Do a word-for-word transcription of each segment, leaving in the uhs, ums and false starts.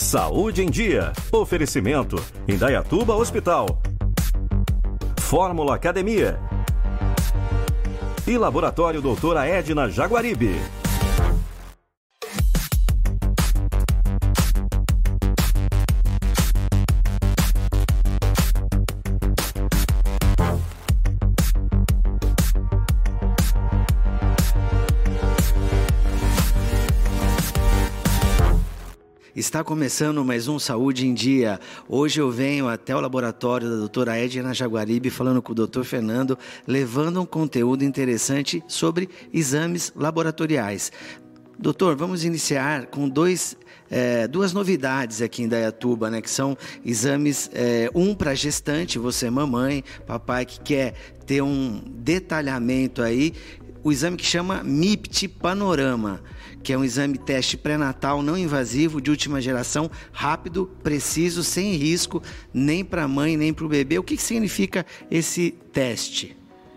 Saúde em Dia. Oferecimento Indaiatuba Hospital. Fórmula Academia. E Laboratório Doutora Edna Jaguaribe. Está começando mais um Saúde em Dia. Hoje eu venho até o laboratório da doutora Edna Jaguaribe falando com o doutor Fernando, levando um conteúdo interessante sobre exames laboratoriais. Doutor, vamos iniciar com dois, é, duas novidades aqui em Indaiatuba, né? Que são exames, é, um para gestante, você mamãe, papai que quer ter um detalhamento aí, o exame que chama M I P T Panorama, que é um exame teste pré-natal não invasivo de última geração, rápido, preciso, sem risco, nem para a mãe, nem para o bebê. O que, que significa esse teste?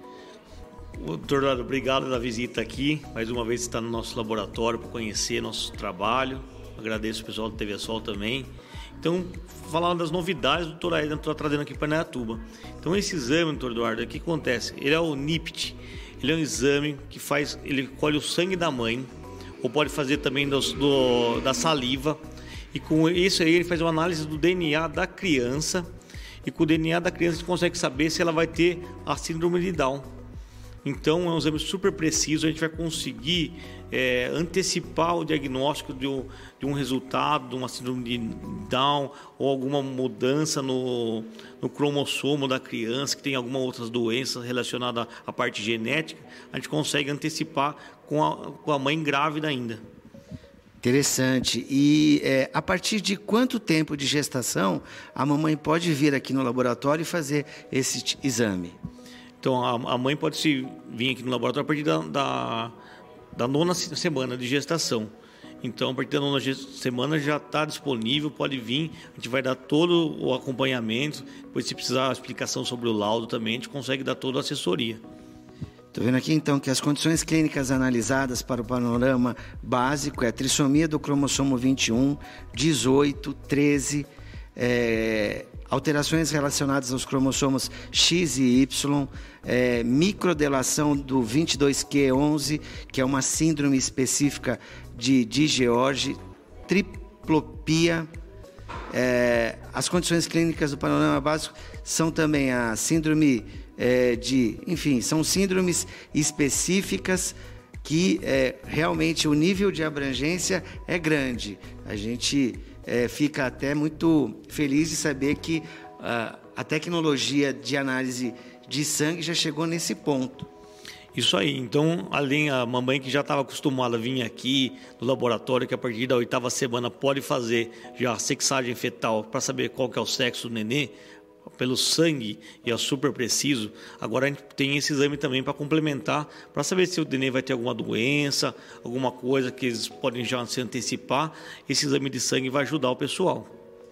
Doutor Eduardo, obrigado pela visita aqui. Mais uma vez está no nosso laboratório para conhecer nosso trabalho. Agradeço o pessoal do T V Sol também. Então, falando das novidades, o doutor Edna está trazendo aqui para Indaiatuba. Então, esse exame, doutor Eduardo, o que acontece? Ele é o N I P T. Ele é um exame que faz, ele colhe o sangue da mãe, ou pode fazer também do, do, da saliva, e com isso aí ele faz uma análise do D N A da criança, e com o D N A da criança a gente consegue saber se ela vai ter a síndrome de Down. Então é um exame super preciso, a gente vai conseguir é, antecipar o diagnóstico de um, de um resultado, de uma síndrome de Down, ou alguma mudança no, no cromossomo da criança, que tem alguma outras doenças relacionadas à parte genética, a gente consegue antecipar com a, com a mãe grávida ainda. Interessante. E é, a partir de quanto tempo de gestação a mamãe pode vir aqui no laboratório e fazer esse exame? Então, a mãe pode se vir aqui no laboratório a partir da, da, da nona semana de gestação. Então, a partir da nona semana já está disponível, pode vir, a gente vai dar todo o acompanhamento. Depois, se precisar uma explicação sobre o laudo também, a gente consegue dar toda a assessoria. Estou vendo aqui, então, que as condições clínicas analisadas para o panorama básico é a trissomia do cromossomo vinte e um, dezoito, treze, é, alterações relacionadas aos cromossomos X e Y, é, microdelação do vinte e dois Q onze, que é uma síndrome específica de, de George, triplopia. É, as condições clínicas do panorama básico são também a síndrome é, de... Enfim, são síndromes específicas que é, realmente o nível de abrangência é grande. A gente... É, fica até muito feliz de saber que uh, a tecnologia de análise de sangue já chegou nesse ponto. Isso aí. Então, além a mamãe que já estava acostumada a vir aqui no laboratório, que a partir da oitava semana pode fazer já a sexagem fetal para saber qual que é o sexo do nenê, pelo sangue, e é super preciso. Agora a gente tem esse exame também para complementar, para saber se o nenê vai ter alguma doença, alguma coisa que eles podem já se antecipar. Esse exame de sangue vai ajudar o pessoal.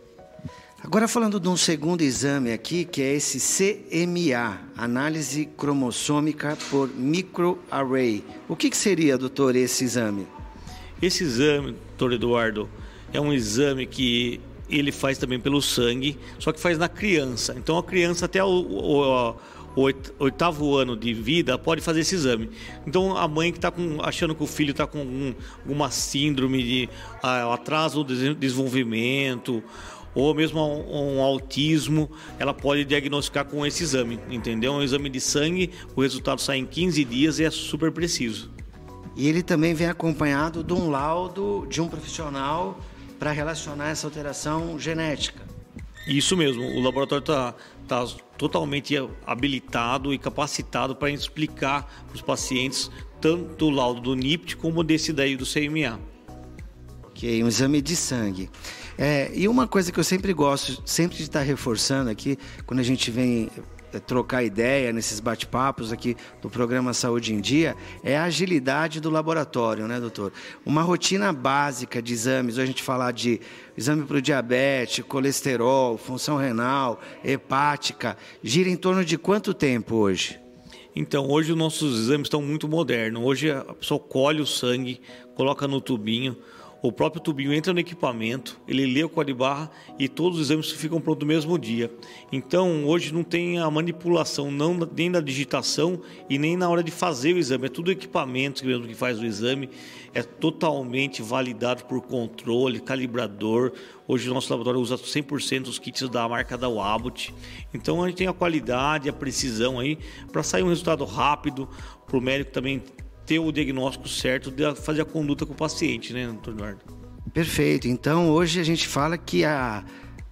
Agora falando de um segundo exame aqui, que é esse C M A, análise cromossômica por microarray. O que, que seria, doutor, esse exame? Esse exame, doutor Eduardo, é um exame que ele faz também pelo sangue, só que faz na criança. Então a criança até o, o, o oitavo ano de vida pode fazer esse exame. Então a mãe que está achando que o filho está com um, alguma síndrome de uh, atraso do desenvolvimento, ou mesmo um, um autismo, ela pode diagnosticar com esse exame, entendeu? É um exame de sangue, o resultado sai em quinze dias e é super preciso. E ele também vem acompanhado de um laudo de um profissional para relacionar essa alteração genética. Isso mesmo, o laboratório está tá totalmente habilitado e capacitado para explicar para os pacientes tanto o laudo do N I P T como desse daí do C M A. Ok, um exame de sangue. É, e uma coisa que eu sempre gosto, sempre de estar reforçando aqui, quando a gente vem trocar ideia nesses bate-papos aqui do programa Saúde em Dia, é a agilidade do laboratório, né, doutor? Uma rotina básica de exames, hoje a gente falar de exame para o diabetes, colesterol, função renal, hepática, gira em torno de quanto tempo hoje? Então, hoje os nossos exames estão muito modernos. Hoje a pessoa colhe o sangue, coloca no tubinho, O próprio tubinho entra no equipamento, ele lê o código de barra e todos os exames ficam prontos no mesmo dia. Então, hoje não tem a manipulação não, nem na digitação e nem na hora de fazer o exame. É tudo o equipamento mesmo que faz o exame. É totalmente validado por controle, calibrador. Hoje o nosso laboratório usa cem por cento dos kits da marca da Abbott. Então, a gente tem a qualidade, a precisão aí para sair um resultado rápido, para o médico também ter o diagnóstico certo de fazer a conduta com o paciente, né, doutor Eduardo? Perfeito. Então, hoje a gente fala que a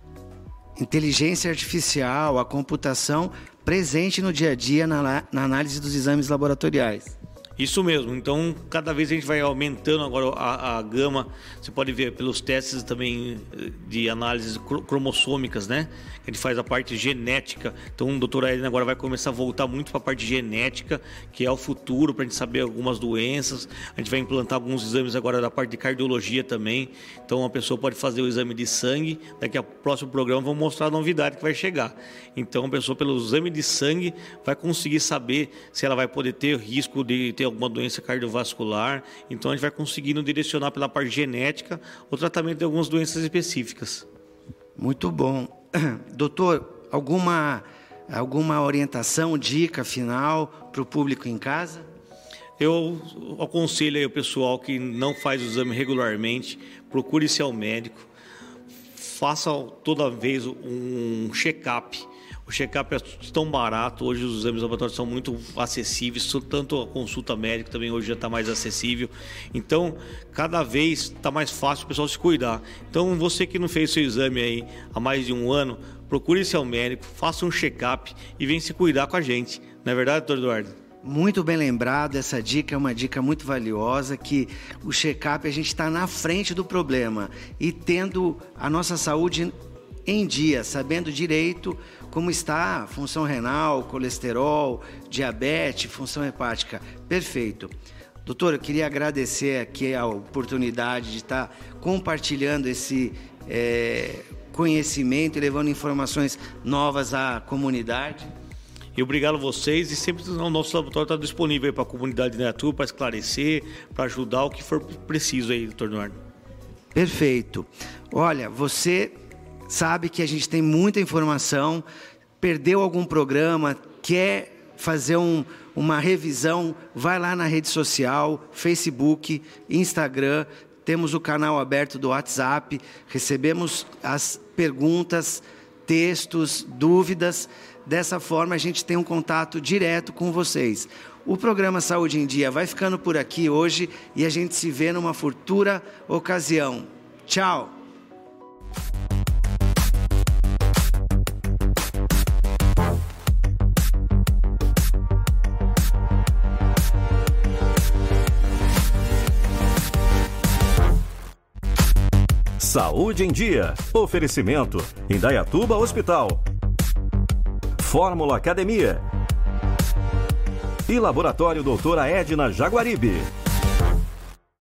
inteligência artificial, a computação presente no dia a dia na, na análise dos exames laboratoriais. Isso mesmo, então cada vez a gente vai aumentando agora a, a gama, você pode ver pelos testes também de análises cromossômicas, né? A gente faz a parte genética, então o doutor Edna agora vai começar a voltar muito para a parte genética, que é o futuro, para a gente saber algumas doenças. A gente vai implantar alguns exames agora da parte de cardiologia também, então a pessoa pode fazer o exame de sangue, daqui ao próximo programa vamos mostrar a novidade que vai chegar. Então a pessoa pelo exame de sangue vai conseguir saber se ela vai poder ter risco de ter alguma doença cardiovascular, então a gente vai conseguindo direcionar pela parte genética o tratamento de algumas doenças específicas. Muito bom. Doutor, alguma, alguma orientação, dica final para o público em casa? Eu aconselho aí o pessoal que não faz o exame regularmente, procure-se ao médico, faça toda vez um check-up. O check-up é tão barato, hoje os exames laboratórios são muito acessíveis, tanto a consulta médica também hoje já está mais acessível. Então, cada vez está mais fácil o pessoal se cuidar. Então, você que não fez seu exame aí há mais de um ano, procure-se ao médico, faça um check-up e venha se cuidar com a gente. Não é verdade, doutor Eduardo? Muito bem lembrado, essa dica é uma dica muito valiosa, que o check-up a gente está na frente do problema e tendo a nossa saúde em dia, sabendo direito como está a função renal, colesterol, diabetes, função hepática. Perfeito. Doutor, eu queria agradecer aqui a oportunidade de estar compartilhando esse é, conhecimento e levando informações novas à comunidade. E obrigado a vocês, e sempre o nosso laboratório está disponível para a comunidade de Indaiatuba, para esclarecer, para ajudar o que for preciso aí, doutor Eduardo. Perfeito. Olha, você sabe que a gente tem muita informação, perdeu algum programa, quer fazer um, uma revisão, vai lá na rede social, Facebook, Instagram, temos o canal aberto do WhatsApp, recebemos as perguntas, textos, dúvidas, dessa forma a gente tem um contato direto com vocês. O programa Saúde em Dia vai ficando por aqui hoje e a gente se vê numa futura ocasião. Tchau! Saúde em Dia. Oferecimento: Indaiatuba Hospital, Fórmula Academia e Laboratório Doutora Edna Jaguaribe.